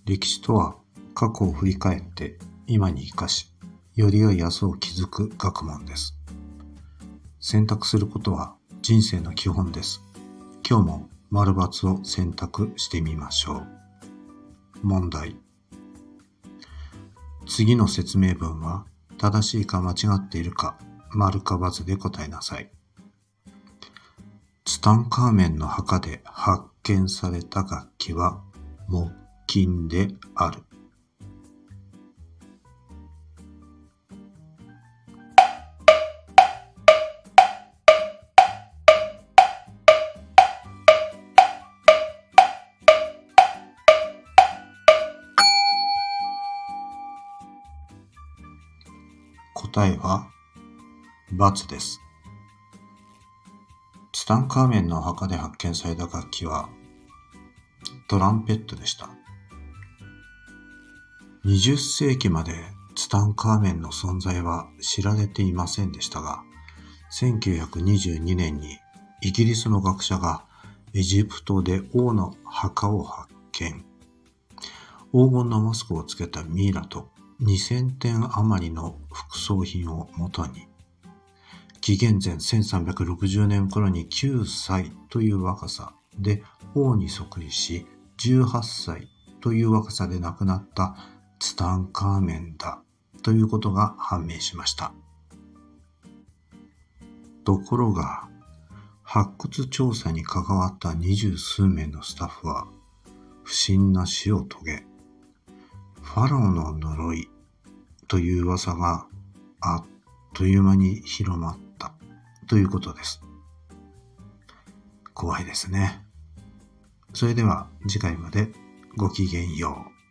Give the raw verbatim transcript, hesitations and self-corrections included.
歴史とは過去を振り返って今に生かし、より良い明日を築く学問です。選択することは人生の基本です。今日も丸×を選択してみましょう。問題。次の説明文は正しいか間違っているか丸か×で答えなさい。ツタンカーメンの墓で発見された楽器は木琴である。答えは×です。ツタンカーメンの墓で発見された楽器はトランペットでした。にじゅっ世紀までツタンカーメンの存在は知られていませんでしたが、せんきゅうひゃくにじゅうにねんにイギリスの学者がエジプトで王の墓を発見。黄金のマスクをつけたミイラとにせんてん余りの副葬品をもとに、紀元前せんさんびゃくろくじゅうねん頃にきゅうさいという若さで王に即位し、じゅうはっさいという若さで亡くなったツタンカーメンだということが判明しました。ところが、発掘調査に関わった二十数名のスタッフは不審な死を遂げ、ファラオの呪いという噂があっという間に広まったということです。怖いですね。それでは次回までごきげんよう。